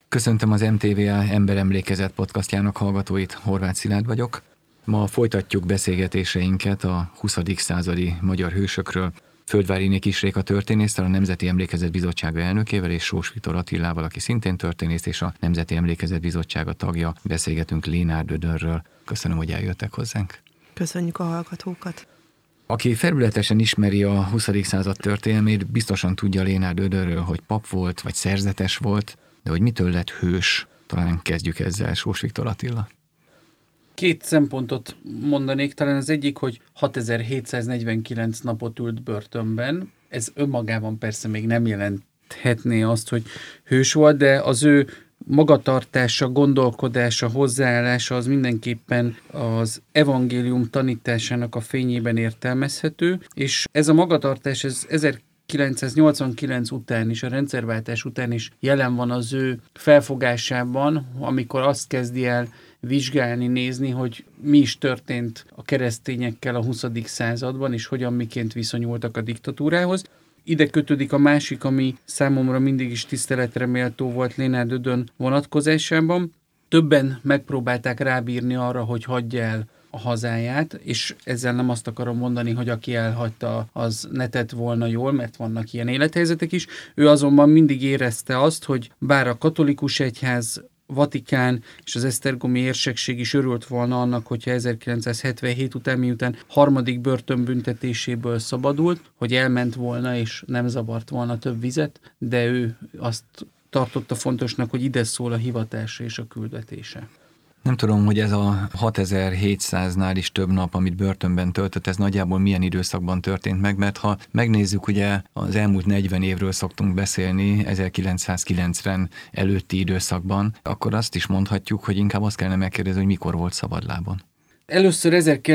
Köszöntöm az MTVA Emberemlékezet podcastjának hallgatóit, Horváth Szilárd vagyok. Ma folytatjuk beszélgetéseinket a 20. századi magyar hősökről. Földváriné Kis Réka történésszel, a Nemzeti Emlékezet Bizottsága elnökével, és Sós Viktor Attilával, aki szintén történész, és a Nemzeti Emlékezet Bizottsága tagja. Beszélgetünk Lénárd Ödönről. Köszönöm, hogy eljöttek hozzánk. Köszönjük a hallgatókat. Aki felületesen ismeri a 20. század történelmét, biztosan tudja Lénárd Ödönről, hogy pap volt, vagy szerzetes volt, de hogy mitől lett hős, talán kezdjük ezzel, Sós Viktor Attila. Két szempontot mondanék, talán az egyik, hogy 6749 napot ült börtönben. Ez önmagában persze még nem jelenthetné azt, hogy hős volt, de az ő magatartása, gondolkodása, hozzáállása az mindenképpen az evangélium tanításának a fényében értelmezhető, és ez a magatartás, ez 1989 után is, a rendszerváltás után is jelen van az ő felfogásában, amikor azt kezdi el vizsgálni, nézni, hogy mi is történt a keresztényekkel a 20. században, és hogyan miként viszonyultak a diktatúrához. Ide kötődik a másik, ami számomra mindig is tiszteletre méltó volt Lénárd Ödön vonatkozásában. Többen megpróbálták rábírni arra, hogy hagyja el a hazáját, és ezzel nem azt akarom mondani, hogy aki elhagyta, az ne tett volna jól, mert vannak ilyen élethelyzetek is. Ő azonban mindig érezte azt, hogy bár a katolikus egyház, Vatikán és az esztergomi érsekség is örült volna annak, hogyha 1977 után, miután harmadik börtönbüntetéséből szabadult, hogy elment volna és nem zavart volna több vizet, de ő azt tartotta fontosnak, hogy ide szól a hivatása és a küldetése. Nem tudom, hogy ez a 6700-nál is több nap, amit börtönben töltött, ez nagyjából milyen időszakban történt meg, mert ha megnézzük, ugye az elmúlt 40 évről szoktunk beszélni, 1990 előtti időszakban, akkor azt is mondhatjuk, hogy inkább azt kellene megkérdezni, hogy mikor volt szabadlábon. Először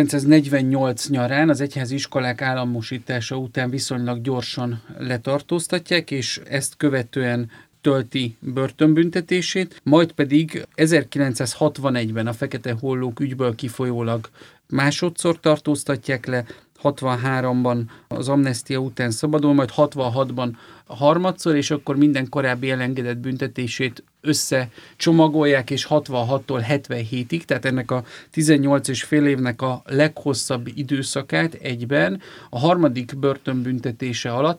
1948 nyarán az egyházi iskolák államosítása után viszonylag gyorsan letartóztatják, és ezt követően tölti börtönbüntetését, majd pedig 1961-ben a Fekete Hollók ügyből kifolyólag másodszor tartóztatják le, 63-ban az amnestia után szabadul, majd 66-ban harmadszor, és akkor minden korábbi elengedett büntetését összecsomagolják, és 66-tól 77-ig, tehát ennek a 18 és fél évnek a leghosszabb időszakát egyben a harmadik börtönbüntetése alatt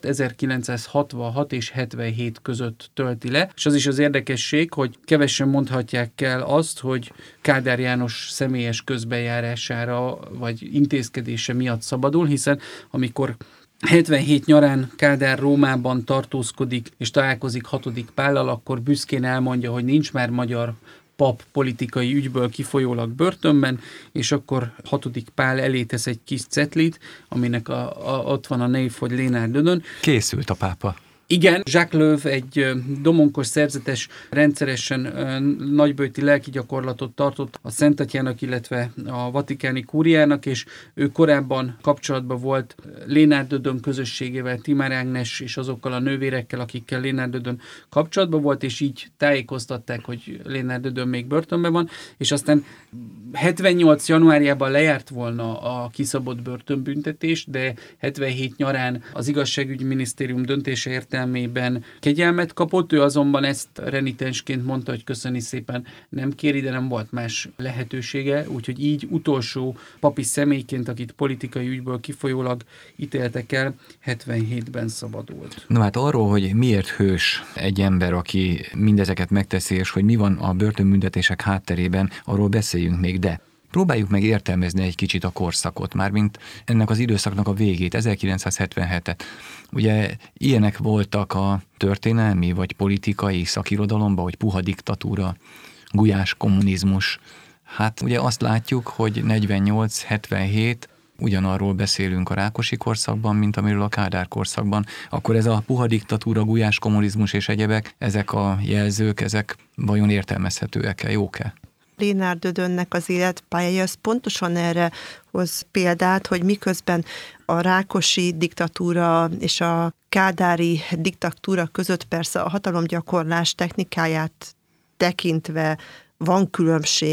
1966 és 77 között tölti le, és az is az érdekesség, hogy kevesen mondhatják el azt, hogy Kádár János személyes közbenjárására vagy intézkedése miatt szabadul, hiszen amikor 77 nyarán Kádár Rómában tartózkodik és találkozik 6. Pállal, akkor büszkén elmondja, hogy nincs már magyar pap politikai ügyből kifolyólag börtönben, és akkor 6. Pál elé tesz egy kis cetlit, aminek ott van a név, hogy Lénárd Ödön. Készült a pápa. Igen, Jacques Löw egy domonkos szerzetes rendszeresen nagyböjti lelkigyakorlatot tartott a Szent Atyának, illetve a vatikáni kúriának, és ő korábban kapcsolatban volt Lénárd Ödön közösségével, Timár Ágnes és azokkal a nővérekkel, akikkel Lénárd Ödön kapcsolatban volt, és így tájékoztatták, hogy Lénárd Ödön még börtönben van, és aztán 78. januárjában lejárt volna a kiszabott börtönbüntetés, de 77 nyarán az igazságügyminisztérium döntése értelmében kegyelmet kapott, ő azonban ezt renitensként mondta, hogy köszöni szépen nem kéri, de nem volt más lehetősége, úgyhogy így utolsó papi személyként, akit politikai ügyből kifolyólag ítéltek el, 77-ben szabadult. Na hát arról, hogy miért hős egy ember, aki mindezeket megteszi, és hogy mi van a börtönbüntetések hátterében, arról beszéljünk még, de próbáljuk meg értelmezni egy kicsit a korszakot, mármint ennek az időszaknak a végét, 1977-et. Ugye ilyenek voltak a történelmi vagy politikai szakirodalomban, hogy puha diktatúra, gulyás kommunizmus. Hát ugye azt látjuk, hogy 48-77 ugyanarról beszélünk a Rákosi korszakban, mint amiről a Kádár korszakban. Akkor ez a puha diktatúra, gulyás kommunizmus és egyebek, ezek a jelzők, ezek vajon értelmezhetőek-e, jók-e? Lénárd Ödönnek az életpályája az pontosan erre hoz példát, hogy miközben a Rákosi diktatúra és a kádári diktatúra között persze a hatalomgyakorlás technikáját tekintve van különbség,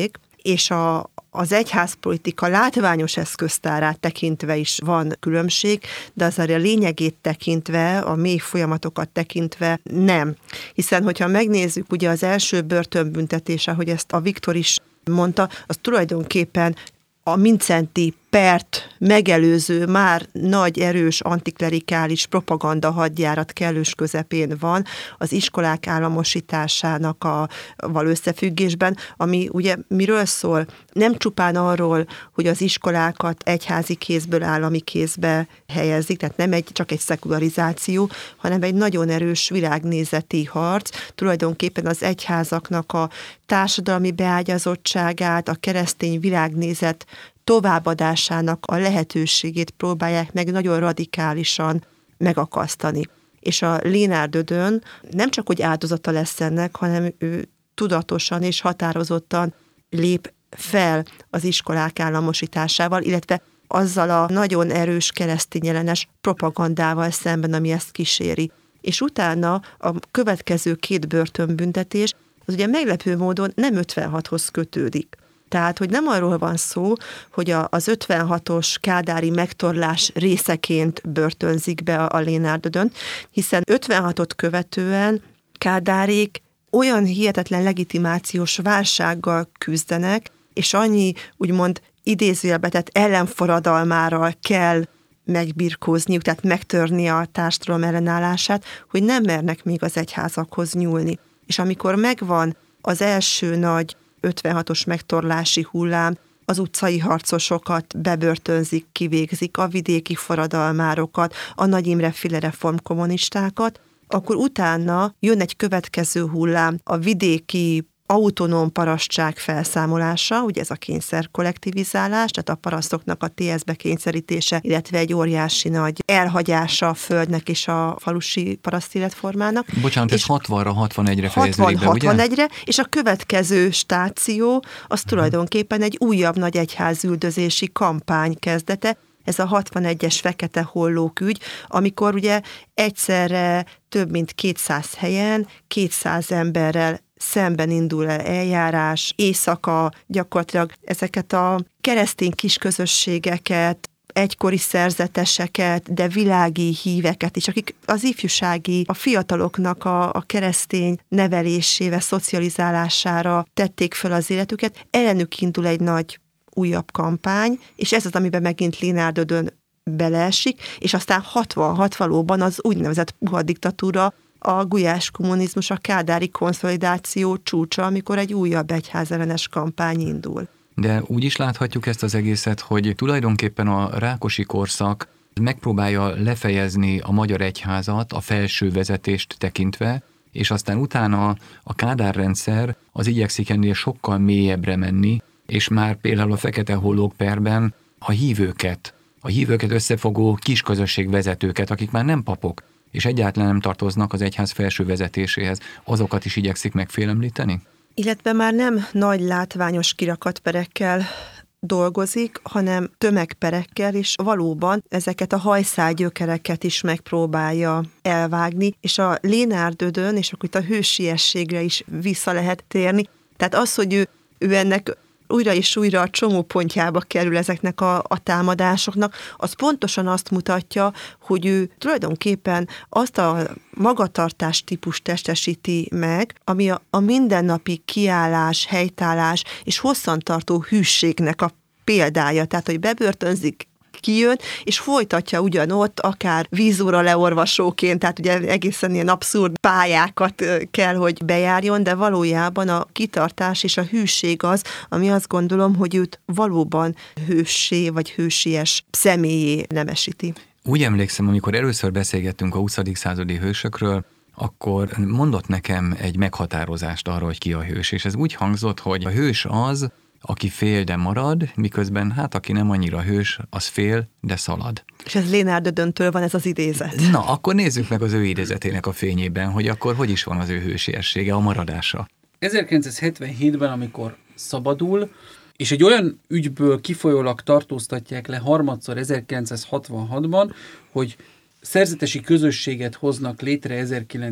és az egyházpolitika látványos eszköztárát tekintve is van különbség, de az a lényegét tekintve, a mély folyamatokat tekintve nem. Hiszen, hogyha megnézzük, ugye az első börtönbüntetés, ahogy ezt a Viktor is mondta, az tulajdonképpen a Mindszenty pert megelőző, már nagy, erős, antiklerikális propaganda hadjárat kellős közepén van az iskolák államosításának való összefüggésben, ami ugye miről szól? Nem csupán arról, hogy az iskolákat egyházi kézből állami kézbe helyezik, tehát nem csak egy szekularizáció, hanem egy nagyon erős világnézeti harc, tulajdonképpen az egyházaknak a társadalmi beágyazottságát, a keresztény világnézet továbbadásának a lehetőségét próbálják meg nagyon radikálisan megakasztani. És a Lénárd Ödön nem csak, hogy áldozata lesz ennek, hanem ő tudatosan és határozottan lép fel az iskolák államosításával, illetve azzal a nagyon erős keresztényellenes propagandával szemben, ami ezt kíséri. És utána a következő 2 börtönbüntetés, az ugye meglepő módon nem 56-hoz kötődik. Tehát, hogy nem arról van szó, hogy az 56-os kádári megtorlás részeként börtönzik be a Lénárd Ödön, hiszen 56-ot követően kádárék olyan hihetetlen legitimációs válsággal küzdenek, és annyi úgymond idézőjelbe tett ellenforradalmára kell megbirkózniuk, tehát megtörni a társadalom ellenállását, hogy nem mernek még az egyházakhoz nyúlni. És amikor megvan az első nagy 56-os megtorlási hullám, az utcai harcosokat bebörtönzik, kivégzik, a vidéki forradalmárokat, a Nagy Imre-féle reformkommunistákat, akkor utána jön egy következő hullám, a vidéki autonóm parasztság felszámolása, ugye ez a kényszer kollektivizálás, tehát a parasztoknak a TS-be kényszerítése, illetve egy óriási nagy elhagyása a földnek és a falusi paraszt életformának. Bocsánat, ez 60-ra, 61-re fejeződik be, ugye? 61-re, és a következő stáció az tulajdonképpen egy újabb nagy egyházüldözési kampány kezdete, ez a 61-es Fekete Hollók ügy, amikor ugye egyszerre több mint 200 helyen, 200 emberrel szemben indul el eljárás, éjszaka gyakorlatilag ezeket a keresztény kisközösségeket, egykori szerzeteseket, de világi híveket is, akik az ifjúsági, a fiataloknak a keresztény nevelésével, szocializálására tették fel az életüket, ellenük indul egy nagy újabb kampány, és ez az, amiben megint Lénárd Ödön beleesik, és aztán 66 valóban az úgynevezett puha diktatúra, a gulyás kommunizmus, a kádári konszolidáció csúcsa, amikor egy újabb egyházellenes kampány indul. De úgy is láthatjuk ezt az egészet, hogy tulajdonképpen a Rákosi korszak megpróbálja lefejezni a magyar egyházat, a felső vezetést tekintve, és aztán utána a Kádár rendszer az igyekszik ennél sokkal mélyebbre menni, és már például a Fekete Hollók perben a hívőket összefogó kisközösség vezetőket, akik már nem papok, és egyáltalán nem tartoznak az egyház felső vezetéséhez, azokat is igyekszik megfélemlíteni? Illetve már nem nagy látványos kirakatperekkel dolgozik, hanem tömegperekkel, és valóban ezeket a hajszálgyökereket is megpróbálja elvágni, és a Lénárd Ödön, és akkor itt a hősiességre is vissza lehet térni. Tehát az, hogy ő ennek újra és újra a csomópontjába kerül ezeknek a támadásoknak, az pontosan azt mutatja, hogy ő tulajdonképpen azt a magatartás típust testesíti meg, ami a mindennapi kiállás, helytállás és hosszantartó hűségnek a példája. Tehát, hogy bebörtönzik, kijön, és folytatja ugyanott, akár vízóra leolvasóként, tehát ugye egészen ilyen abszurd pályákat kell, hogy bejárjon, de valójában a kitartás és a hűség az, ami azt gondolom, hogy őt valóban hőssé vagy hősies személyé nemesíti. Úgy emlékszem, amikor először beszélgettünk a 20. századi hősökről, akkor mondott nekem egy meghatározást arra, hogy ki a hős, és ez úgy hangzott, hogy a hős az, aki fél, de marad, miközben aki nem annyira hős, az fél, de szalad. És ez Lénárd Ödöntől van ez az idézet. Na, akkor nézzük meg az ő idézetének a fényében, hogy akkor hogy is van az ő hősiessége, a maradása. 1977-ben, amikor szabadul, és egy olyan ügyből kifolyólag tartóztatják le harmadszor 1966-ban, hogy szerzetesi közösséget hoznak létre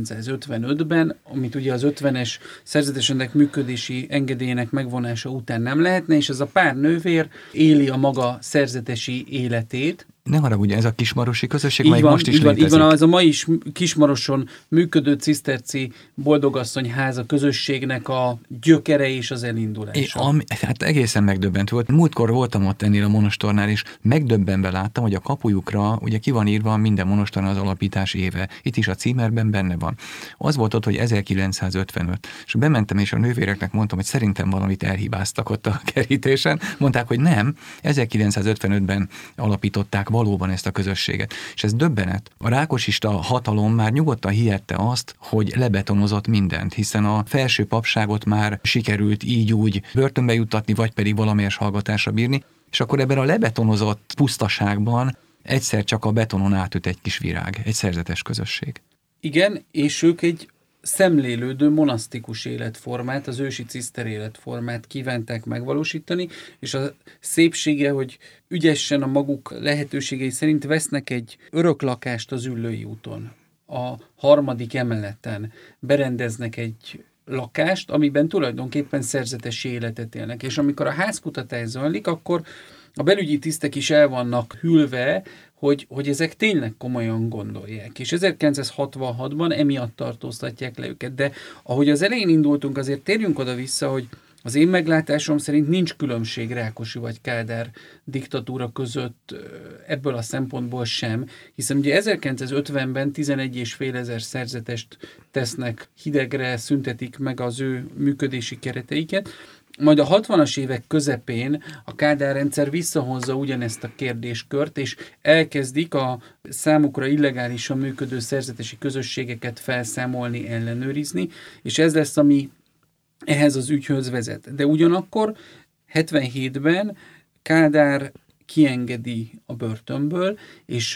1955-ben, amit ugye az 50-es szerzetesrendek működési engedélyének megvonása után nem lehetne, és ez a pár nővér éli a maga szerzetesi életét. Ne haragudj, ez a kismarosi közösség, mely most is létezik. Így van, az a mai is Kismaroson működő ciszterci boldogasszony háza közösségnek a gyökere és az elindulása. Hát egészen megdöbbentő volt. Múltkor voltam ott ennél a monostornál, és megdöbbenve láttam, hogy a kapujukra ugye ki van írva minden monostornál az alapítás éve. Itt is a címerben benne van. Az volt ott, hogy 1955. És bementem, és a nővéreknek mondtam, hogy szerintem valamit elhibáztak ott a kerítésen. Mondták, hogy nem, 1955-ben alapították valóban ezt a közösséget. És ez döbbenet. A rákosista hatalom már nyugodtan hihette azt, hogy lebetonozott mindent, hiszen a felső papságot már sikerült így úgy börtönbe juttatni, vagy pedig valamelyes hallgatásra bírni, és akkor ebben a lebetonozott pusztaságban egyszer csak a betonon átüt egy kis virág, egy szerzetes közösség. Igen, és ők egy szemlélődő monasztikus életformát, az ősi ciszter életformát kívánták megvalósítani, és a szépsége, hogy ügyesen a maguk lehetőségei szerint vesznek egy öröklakást az Üllői úton. A 3. emeleten berendeznek egy lakást, amiben tulajdonképpen szerzetesi életet élnek. És amikor a házkutatás zajlik, akkor a belügyi tisztek is el vannak hűlve, hogy ezek tényleg komolyan gondolják. És 1966-ban emiatt tartóztatják le őket. De ahogy az elején indultunk, azért térjünk oda-vissza, hogy az én meglátásom szerint nincs különbség Rákosi vagy Kádár diktatúra között ebből a szempontból sem, hiszen ugye 1950-ben 11,5 ezer szerzetest tesznek hidegre, szüntetik meg az ő működési kereteiket, majd a 60-as évek közepén a Kádár rendszer visszahozza ugyanezt a kérdéskört, és elkezdik a számukra illegálisan működő szerzetesi közösségeket felszámolni, ellenőrizni, és ez lesz, ami ehhez az ügyhöz vezet. De ugyanakkor 77-ben Kádár kiengedi a börtönből, és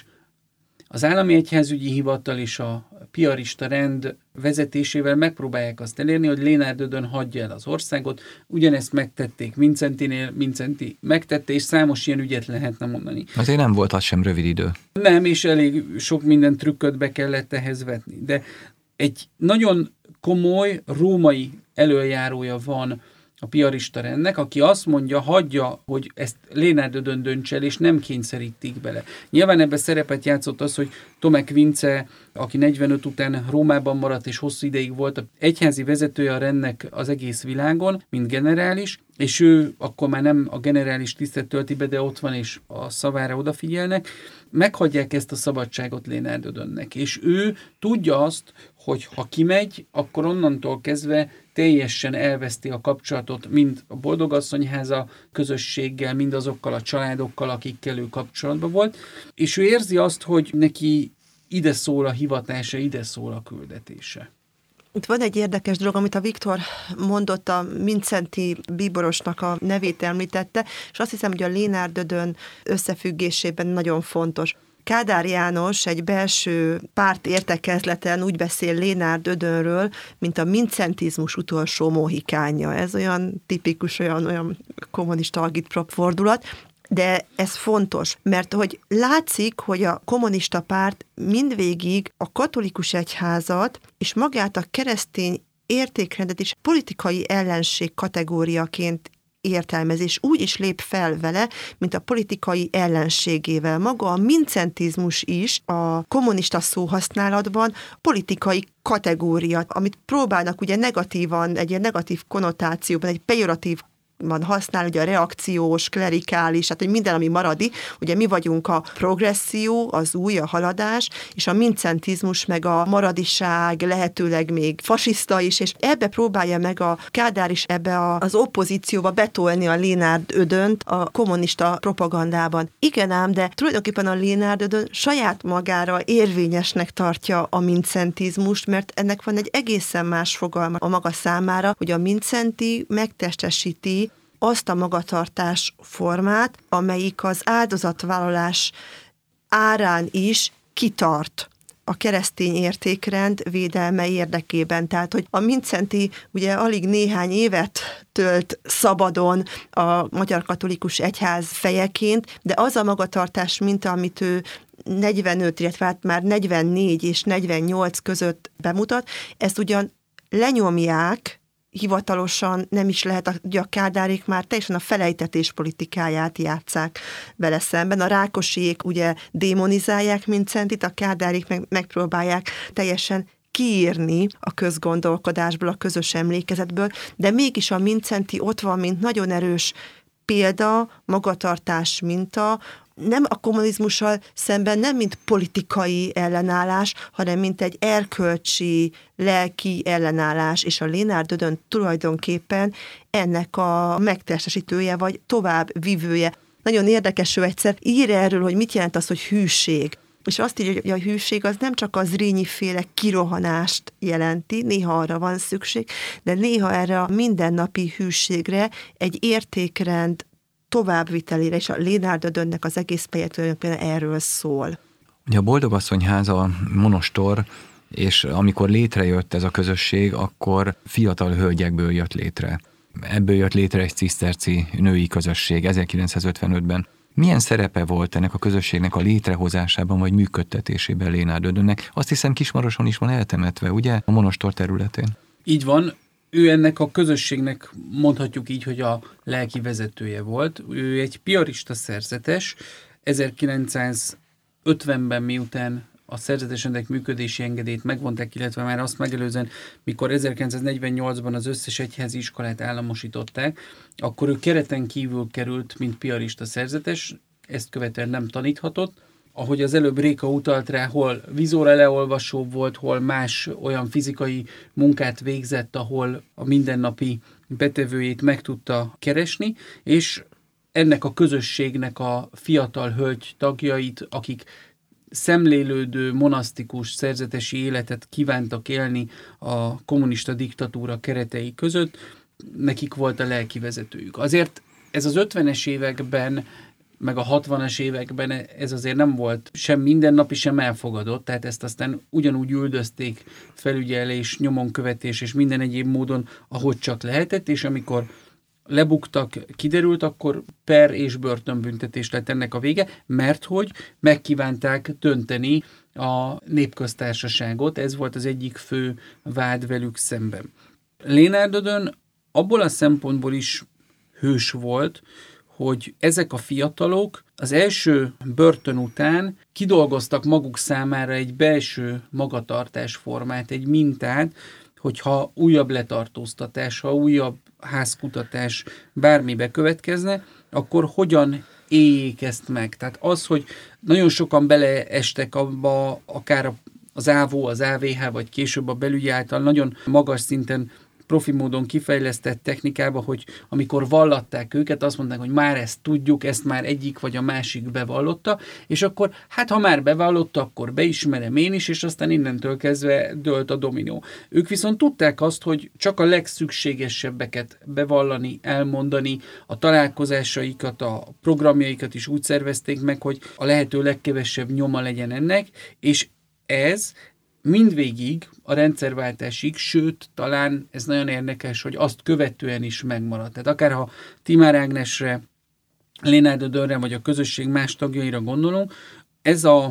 az Állami Egyházügyi Hivatal és a piarista rend vezetésével megpróbálják azt elérni, hogy Lénárd Ödön hagyja el az országot. Ugyanezt megtették Mincentinél, Mincenti megtette, és számos ilyen ügyet lehetne mondani. Azért nem volt az sem rövid idő. Nem, és elég sok minden trükköt be kellett ehhez vetni. De egy nagyon komoly római elöljárója van a piarista rendnek, aki azt mondja, hagyja, hogy ezt Lénárd Ödön döntse el, és nem kényszerítik bele. Nyilván ebben szerepet játszott az, hogy Tomek Vince, aki 45 után Rómában maradt, és hosszú ideig volt a egyházi vezetője a rendnek az egész világon, mint generális, és ő akkor már nem a generális tisztet tölti be, de ott van, és a szavára odafigyelnek, meghagyják ezt a szabadságot Lénárd Ödönnek, és ő tudja azt, hogy ha kimegy, akkor onnantól kezdve teljesen elveszti a kapcsolatot mind a Boldogasszonyháza közösséggel, mind azokkal a családokkal, akikkel ő kapcsolatban volt, és ő érzi azt, hogy neki ide szól a hivatása, ide szól a küldetése. Itt van egy érdekes dolog, amit a Viktor mondott, a Mincenti bíborosnak a nevét említette, és azt hiszem, hogy a Lénárd Ödön összefüggésében nagyon fontos. Kádár János egy belső párt értekezleten úgy beszél Lénárd Ödönről, mint a mincentizmus utolsó mohikánja. Ez olyan tipikus, olyan kommunista agitprop fordulat, de ez fontos, mert hogy látszik, hogy a kommunista párt mindvégig a katolikus egyházat és magát a keresztény értékrendet is politikai ellenség kategóriaként értelmezés úgy is lép fel vele, mint a politikai ellenségével. Maga a mincentizmus is a kommunista szóhasználatban politikai kategória, amit próbálnak ugye negatívan, egy ilyen negatív konnotációban, egy pejoratív használ, ugye a reakciós, klerikális, tehát hogy minden, ami maradi, ugye mi vagyunk a progresszió, az új, a haladás, és a mincentizmus, meg a maradiság, lehetőleg még fasiszta is, és ebbe próbálja meg a Kádár is ebbe az oppozícióba betolni a Lénárd Ödönt a kommunista propagandában. Igen ám, de tulajdonképpen a Lénárd Ödön saját magára érvényesnek tartja a mincentizmust, mert ennek van egy egészen más fogalma a maga számára, hogy a mincenti megtestesíti azt a magatartás formát, amelyik az áldozatvállalás árán is kitart a keresztény értékrend védelme érdekében. Tehát, hogy a Mincenti ugye alig néhány évet tölt szabadon a Magyar Katolikus Egyház fejeként, de az a magatartás minta, amit ő 45, illetve hát már 44 és 48 között bemutat, ezt ugyan lenyomják, hivatalosan nem is lehet, ugye a Kádárék már teljesen a felejtetés politikáját játsszák vele szemben. A Rákosiék ugye démonizálják Mincentit, a Kádárék megpróbálják teljesen kiírni a közgondolkodásból, a közös emlékezetből, de mégis a Mincenti ott van, mint nagyon erős példa, magatartás minta, nem a kommunizmussal szemben, nem mint politikai ellenállás, hanem mint egy erkölcsi, lelki ellenállás, és a Lénárd Ödön tulajdonképpen ennek a megtestesítője, vagy tovább vívője. Nagyon érdekes, ő egyszer ír erről, hogy mit jelent az, hogy hűség. És azt írja, hogy a hűség az nem csak az Zrínyi-féle kirohanást jelenti, néha arra van szükség, de néha erre a mindennapi hűségre egy értékrend továbbvitelére, és a Lénárd Ödönnek az egész például erről szól. Ugye a Boldogasszonyháza monostor, és amikor létrejött ez a közösség, akkor fiatal hölgyekből jött létre. Ebből jött létre egy ciszterci női közösség 1955-ben. Milyen szerepe volt ennek a közösségnek a létrehozásában vagy működtetésében Lénárd Ödönnek? Azt hiszem Kismaroson is van eltemetve, ugye? A monostor területén. Így van. Ő ennek a közösségnek mondhatjuk így, hogy a lelki vezetője volt. Ő egy piarista szerzetes. 1950-ben, miután a szerzetesendek működési engedélyt megvonták, illetve már azt megelőzően, mikor 1948-ban az összes egyházi iskolát államosították, akkor ő kereten kívül került, mint piarista szerzetes, ezt követően nem taníthatott. Ahogy az előbb Réka utalt rá, hol vizóra leolvasó volt, hol más olyan fizikai munkát végzett, ahol a mindennapi betevőjét meg tudta keresni, és ennek a közösségnek a fiatal hölgy tagjait, akik szemlélődő, monasztikus, szerzetesi életet kívántak élni a kommunista diktatúra keretei között, nekik volt a lelki vezetőjük. Azért ez az 50-es években, meg a 60-as években ez azért nem volt sem mindennapi, sem elfogadott, tehát ezt aztán ugyanúgy üldözték, felügyelés, nyomonkövetés és minden egyéb módon, ahogy csak lehetett, és amikor lebuktak, kiderült, akkor per és börtönbüntetés lett ennek a vége, mert hogy megkívánták dönteni a népköztársaságot, ez volt az egyik fő vád velük szemben. Lénárd Ödön abból a szempontból is hős volt, hogy ezek a fiatalok az első börtön után kidolgoztak maguk számára egy belső magatartásformát, egy mintát, hogyha újabb letartóztatás, ha újabb házkutatás bármibe következne, akkor hogyan éljék ezt meg. Tehát az, hogy nagyon sokan beleestek abba, akár az ÁVO, az AVH, vagy később a belügy által nagyon magas szinten profi módon kifejlesztett technikába, hogy amikor vallatták őket, azt mondták, hogy már ezt tudjuk, ezt már egyik vagy a másik bevallotta, és akkor, hát ha már bevallotta, akkor beismerem én is, és aztán innentől kezdve dőlt a dominó. Ők viszont tudták azt, hogy csak a legszükségesebbeket bevallani, elmondani, a találkozásaikat, a programjaikat is úgy szervezték meg, hogy a lehető legkevesebb nyoma legyen ennek, és ez mindvégig a rendszerváltásig, sőt, talán ez nagyon érdekes, hogy azt követően is megmaradt. Tehát akár ha Timár Ágnesre, Lénárd Ödönre vagy a közösség más tagjaira gondolunk, ez a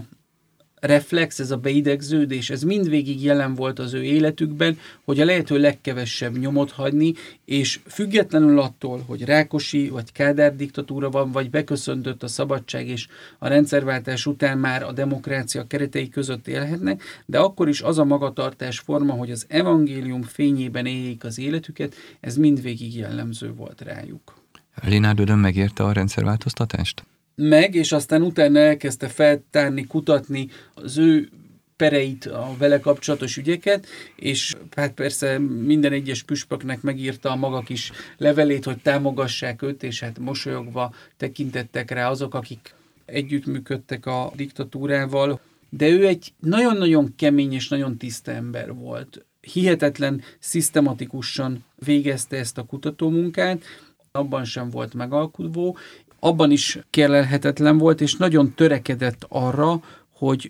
reflex, ez a beidegződés, ez mindvégig jelen volt az ő életükben, hogy a lehető legkevesebb nyomot hagyni, és függetlenül attól, hogy Rákosi vagy Kádár diktatúra van, vagy beköszöntött a szabadság, és a rendszerváltás után már a demokrácia keretei között élhetnek, de akkor is az a magatartás forma, hogy az evangélium fényében éljék az életüket, ez mindvégig jellemző volt rájuk. Lénárd Ödön megérte a rendszerváltoztatást? Meg, és aztán utána elkezdte feltárni, kutatni az ő pereit, a vele kapcsolatos ügyeket, és hát persze minden egyes püspöknek megírta a maga kis levelét, hogy támogassák őt, és hát mosolyogva tekintettek rá azok, akik együttműködtek a diktatúrával. De ő egy nagyon-nagyon kemény és nagyon tiszta ember volt. Hihetetlen, szisztematikusan végezte ezt a kutatómunkát, abban sem volt megalkudvó, abban is kérlelhetetlen volt, és nagyon törekedett arra, hogy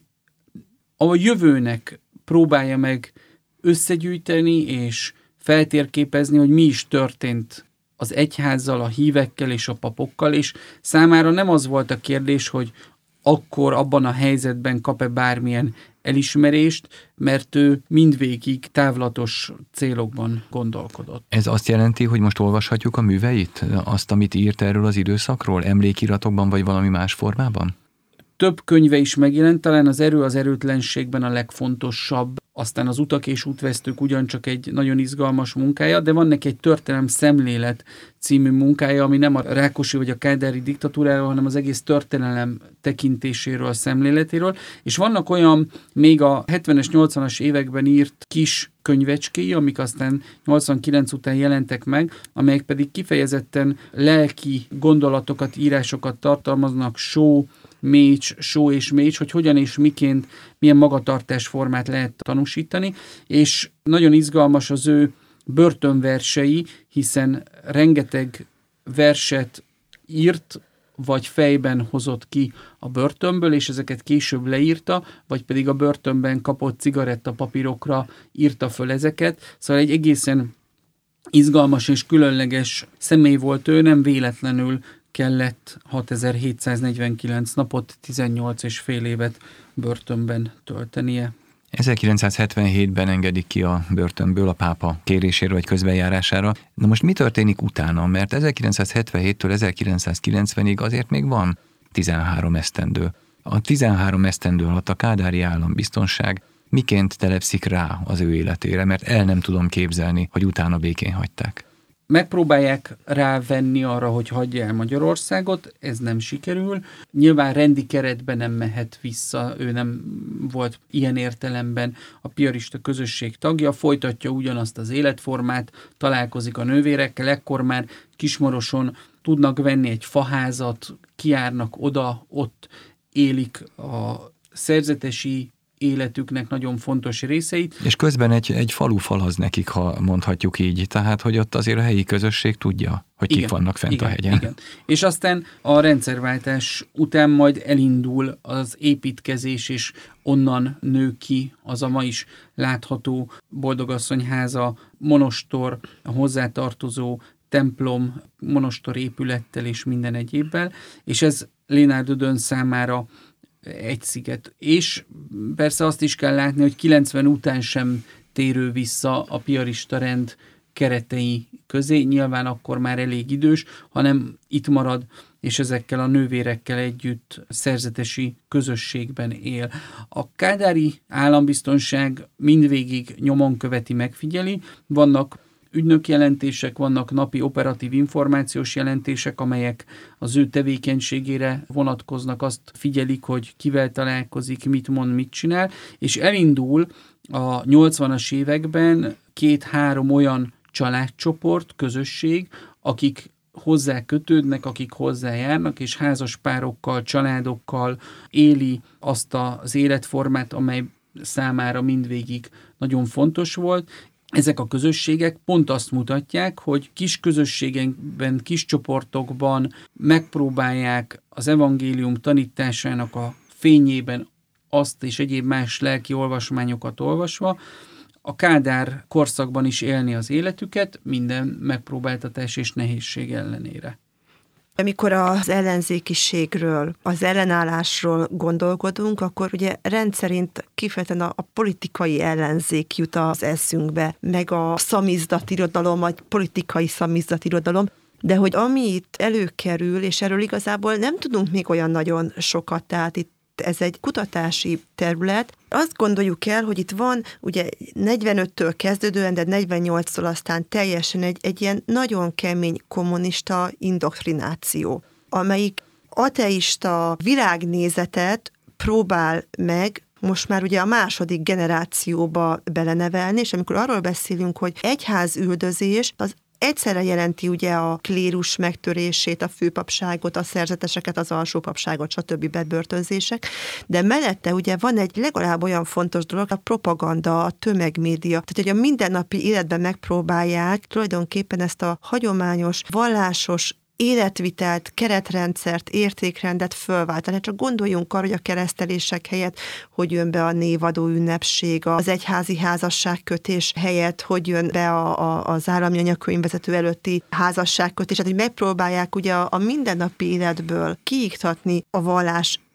a jövőnek próbálja meg összegyűjteni és feltérképezni, hogy mi is történt az egyházzal, a hívekkel és a papokkal, és számára nem az volt a kérdés, hogy akkor abban a helyzetben kap-e bármilyen elismerést, mert ő mindvégig távlatos célokban gondolkodott. Ez azt jelenti, hogy most olvashatjuk a műveit? Azt, amit írt erről az időszakról? Emlékiratokban vagy valami más formában? Több könyve is megjelent, talán az Erő az erőtlenségben a legfontosabb, aztán az Utak és útvesztők ugyancsak egy nagyon izgalmas munkája, de van neki egy Történelem szemlélet című munkája, ami nem a Rákosi vagy a kádári diktatúráról, hanem az egész történelem tekintéséről, szemléletéről, és vannak olyan még a 70-es, 80-as években írt kis könyvecskéi, amik aztán 89 után jelentek meg, amelyek pedig kifejezetten lelki gondolatokat, írásokat tartalmaznak, só és mécs, hogy hogyan és miként, milyen magatartásformát lehet tanúsítani, és nagyon izgalmas az ő börtönversei, hiszen rengeteg verset írt, vagy fejben hozott ki a börtönből, és ezeket később leírta, vagy pedig a börtönben kapott cigarettapapírokra írta föl ezeket. Szóval egy egészen izgalmas és különleges személy volt ő, nem véletlenül kellett 6749 napot, 18,5 évet börtönben töltenie. 1977-ben engedik ki a börtönből a pápa kéréséről vagy közbenjárására. Na most mi történik utána? Mert 1977-től 1990-ig azért még van 13 esztendő. A 13 esztendő alatt a kádári állambiztonság miként telepszik rá az ő életére, mert el nem tudom képzelni, hogy utána békén hagyták. Megpróbálják rávenni arra, hogy hagyja el Magyarországot, ez nem sikerül. Nyilván rendi keretben nem mehet vissza, ő nem volt ilyen értelemben a piarista közösség tagja, folytatja ugyanazt az életformát, találkozik a nővérekkel, ekkor már Kismaroson tudnak venni egy faházat, kijárnak oda, ott élik a szerzetesi életüknek nagyon fontos részeit. És közben egy falufal az nekik, ha mondhatjuk így, tehát hogy ott azért a helyi közösség tudja, hogy kik vannak fent a hegyen. Igen. És aztán a rendszerváltás után majd elindul az építkezés, és onnan nő ki az a ma is látható Boldogasszonyháza, monostor, a hozzátartozó templom, monostor épülettel és minden egyébbel, és ez Lénárd Ödön számára egy sziget. És persze azt is kell látni, hogy 90 után sem térő vissza a piarista rend keretei közé, nyilván akkor már elég idős, hanem itt marad, és ezekkel a nővérekkel együtt szerzetesi közösségben él. A kádári állambiztonság mindvégig nyomon követi, megfigyeli, vannak ügynökjelentések, vannak napi operatív információs jelentések, amelyek az ő tevékenységére vonatkoznak, azt figyelik, hogy kivel találkozik, mit mond, mit csinál, és elindul a 80-as években 2-3 olyan családcsoport, közösség, akik hozzá kötődnek, akik hozzájárnak, és házas párokkal, családokkal éli azt az életformát, amely számára mindvégig nagyon fontos volt. Ezek a közösségek pont azt mutatják, hogy kis közösségekben, kis csoportokban megpróbálják az evangélium tanításának a fényében azt és egyéb más lelki olvasmányokat olvasva, a Kádár korszakban is élni az életüket, minden megpróbáltatás és nehézség ellenére. Amikor az ellenzékiségről, az ellenállásról gondolkodunk, akkor ugye rendszerint kifejezetten a politikai ellenzék jut az eszünkbe, meg a szamizdatirodalom, vagy politikai szamizdatirodalom, de hogy ami itt előkerül, és erről igazából nem tudunk még olyan nagyon sokat, tehát itt ez egy kutatási terület. Azt gondoljuk el, hogy itt van ugye 45-től kezdődően, de 48-tól aztán teljesen egy ilyen nagyon kemény kommunista indoktrináció, amelyik ateista világnézetet próbál meg most már ugye a második generációba belenevelni, és amikor arról beszélünk, hogy egyházüldözés, az egyszerre jelenti ugye a klérus megtörését, a főpapságot, a szerzeteseket, az alsópapságot, stb. Bebörtönzések, de mellette ugye van egy legalább olyan fontos dolog, a propaganda, a tömegmédia, tehát hogy a mindennapi életben megpróbálják tulajdonképpen ezt a hagyományos, vallásos életvitelt, keretrendszert, értékrendet fölváltani. Csak gondoljunk arra, hogy a keresztelések helyett hogy jön be a névadó ünnepség, az egyházi házasságkötés helyett hogy jön be az állami anyakönyvvezető előtti házasságkötés. Tehát, hogy megpróbálják ugye a mindennapi életből kiiktatni a vallás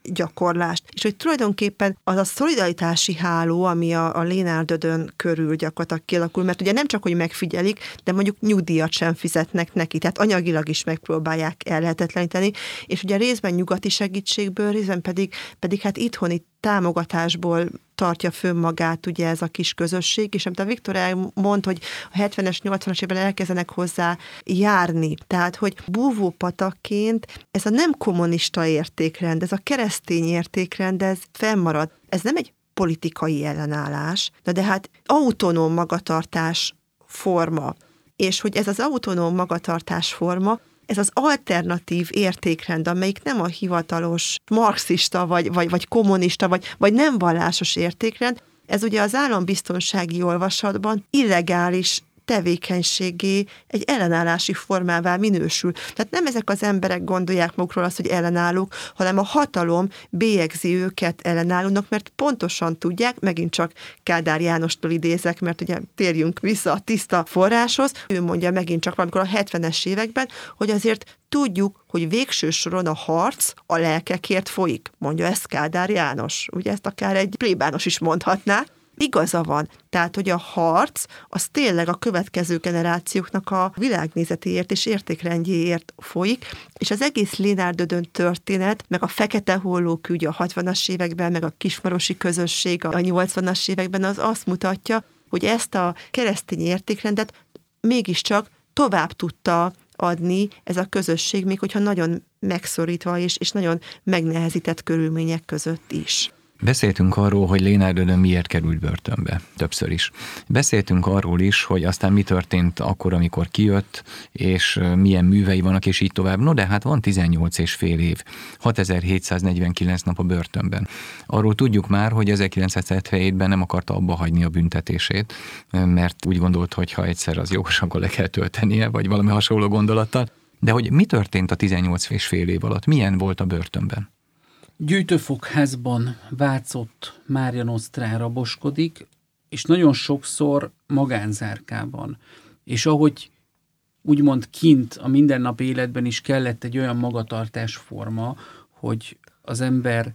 gyakorlást. És hogy tulajdonképpen az a szolidaritási háló, ami a Lénárdödön körül gyakorlatilag kialakul, mert ugye nem csak, hogy megfigyelik, de mondjuk nyugdíjat sem fizetnek neki, tehát anyagilag is megpróbálják ellehetetleníteni, és ugye részben nyugati segítségből, részben pedig hát itthoni támogatásból tartja fönn magát ugye ez a kis közösség, és amit a Viktor elmond, hogy a 70-es, 80-as évben elkezdenek hozzá járni. Tehát, hogy búvópatakként ez a nem kommunista értékrend, ez a keresztény értékrend, ez fennmarad. Ez nem egy politikai ellenállás, de hát autonóm magatartás forma. És hogy ez az autonóm magatartás forma, ez az alternatív értékrend, amelyik nem a hivatalos marxista, vagy kommunista, vagy nem vallásos értékrend, ez ugye az állambiztonsági olvasatban illegális tevékenységé egy ellenállási formává minősül. Tehát nem ezek az emberek gondolják magukról azt, hogy ellenállók, hanem a hatalom bélyegzi őket ellenállónak, mert pontosan tudják, megint csak Kádár Jánostól idézek, mert ugye térjünk vissza a tiszta forráshoz, ő mondja megint csak valamikor a 70-es években, hogy azért tudjuk, hogy végső soron a harc a lelkekért folyik, mondja ezt Kádár János. Ugye ezt akár egy plébános is mondhatná. Igaza van. Tehát, hogy a harc az tényleg a következő generációknak a világnézetéért és értékrendjéért folyik, és az egész Lénárdödön történet, meg a Fekete Hollók ügy a 60-as években, meg a kismarosi közösség a 80-as években az azt mutatja, hogy ezt a keresztény értékrendet mégiscsak tovább tudta adni ez a közösség, még hogyha nagyon megszorítva és nagyon megnehezített körülmények között is. Beszéltünk arról, hogy Lénárdödön miért került börtönbe, többször is. Beszéltünk arról is, hogy aztán mi történt akkor, amikor kijött, és milyen művei vannak, és így tovább. No, de hát van 18,5 év, 6749 nap a börtönben. Arról tudjuk már, hogy 1977-ben nem akarta abba hagyni a büntetését, mert úgy gondolt, hogy ha egyszer az jogos, akkor le kell töltenie, vagy valami hasonló gondolattal. De hogy mi történt a 18,5 év alatt? Milyen volt a börtönben? Gyűjtőfogházban Vácott Mária Nosztrán raboskodik, és nagyon sokszor magánzárkában. És ahogy úgymond kint a mindennapi életben is kellett egy olyan magatartásforma, hogy az ember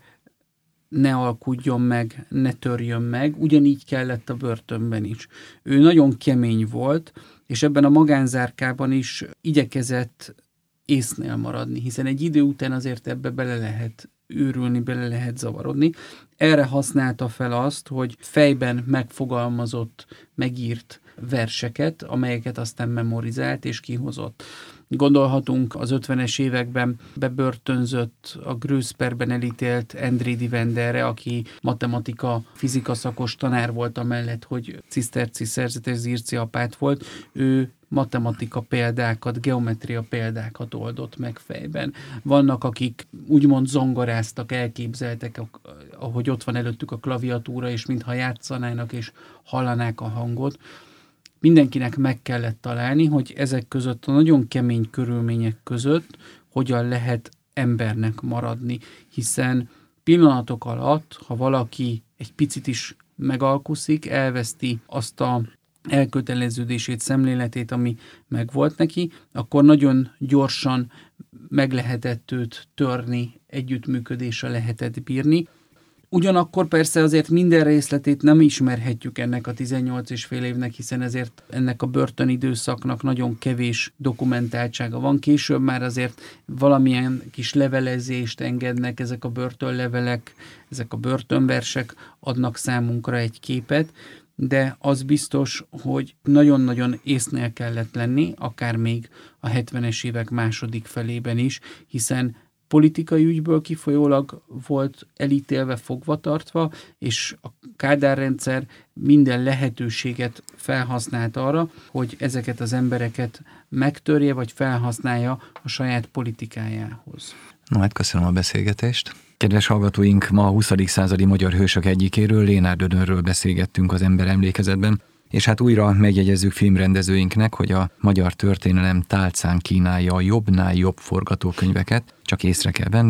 ne alkudjon meg, ne törjön meg, ugyanígy kellett a börtönben is. Ő nagyon kemény volt, és ebben a magánzárkában is igyekezett észnél maradni, hiszen egy idő után azért ebbe bele lehet őrülni, bele lehet zavarodni. Erre használta fel azt, hogy fejben megfogalmazott, megírt verseket, amelyeket aztán memorizált és kihozott. Gondolhatunk az 50-es években bebörtönzött, a Grőszperben elítélt Endrédi Venderre, aki matematika, fizika szakos tanár volt, amellett, hogy ciszterci szerzetes zirci apát volt. Ő matematika példákat, geometria példákat oldott meg fejben. Vannak, akik úgymond zongoráztak, elképzeltek, ahogy ott van előttük a klaviatúra, és mintha játszanának és hallanák a hangot. Mindenkinek meg kellett találni, hogy ezek között a nagyon kemény körülmények között hogyan lehet embernek maradni, hiszen pillanatok alatt, ha valaki egy picit is megalkuszik, elveszti azt a elköteleződését, szemléletét, ami megvolt neki, akkor nagyon gyorsan meg lehetett őt törni, együttműködésre lehetett bírni. Ugyanakkor persze azért minden részletét nem ismerhetjük ennek a 18,5 évnek, hiszen ezért ennek a börtönidőszaknak nagyon kevés dokumentáltsága van. Később már azért valamilyen kis levelezést engednek, ezek a börtönlevelek, ezek a börtönversek adnak számunkra egy képet, de az biztos, hogy nagyon-nagyon észnél kellett lenni, akár még a 70-es évek második felében is, hiszen politikai ügyből kifolyólag volt elítélve, fogva tartva, és a Kádár-rendszer minden lehetőséget felhasznált arra, hogy ezeket az embereket megtörje, vagy felhasználja a saját politikájához. No, hát köszönöm a beszélgetést. Kedves hallgatóink, ma a 20. századi magyar hősök egyikéről, Lénárdödönről beszélgettünk az Ember Emlékezetben, és hát újra megjegyezzük filmrendezőinknek, hogy a magyar történelem tálcán kínálja a jobbnál jobb forgatókönyveket, csak észre kell venni,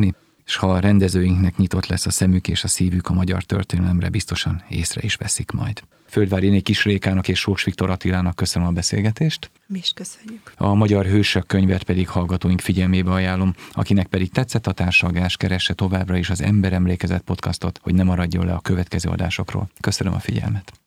és ha a rendezőinknek nyitott lesz a szemük és a szívük a magyar történelemre, biztosan észre is veszik majd. Földváriné Kis Rékának és Sós Viktor Attilának köszönöm a beszélgetést. Mi is köszönjük. A Magyar Hősök könyvet pedig hallgatóink figyelmébe ajánlom, akinek pedig tetszett a társalgás, keresse továbbra is az Emberemlékezet podcastot, hogy ne maradjon le a következő adásokról. Köszönöm a figyelmet.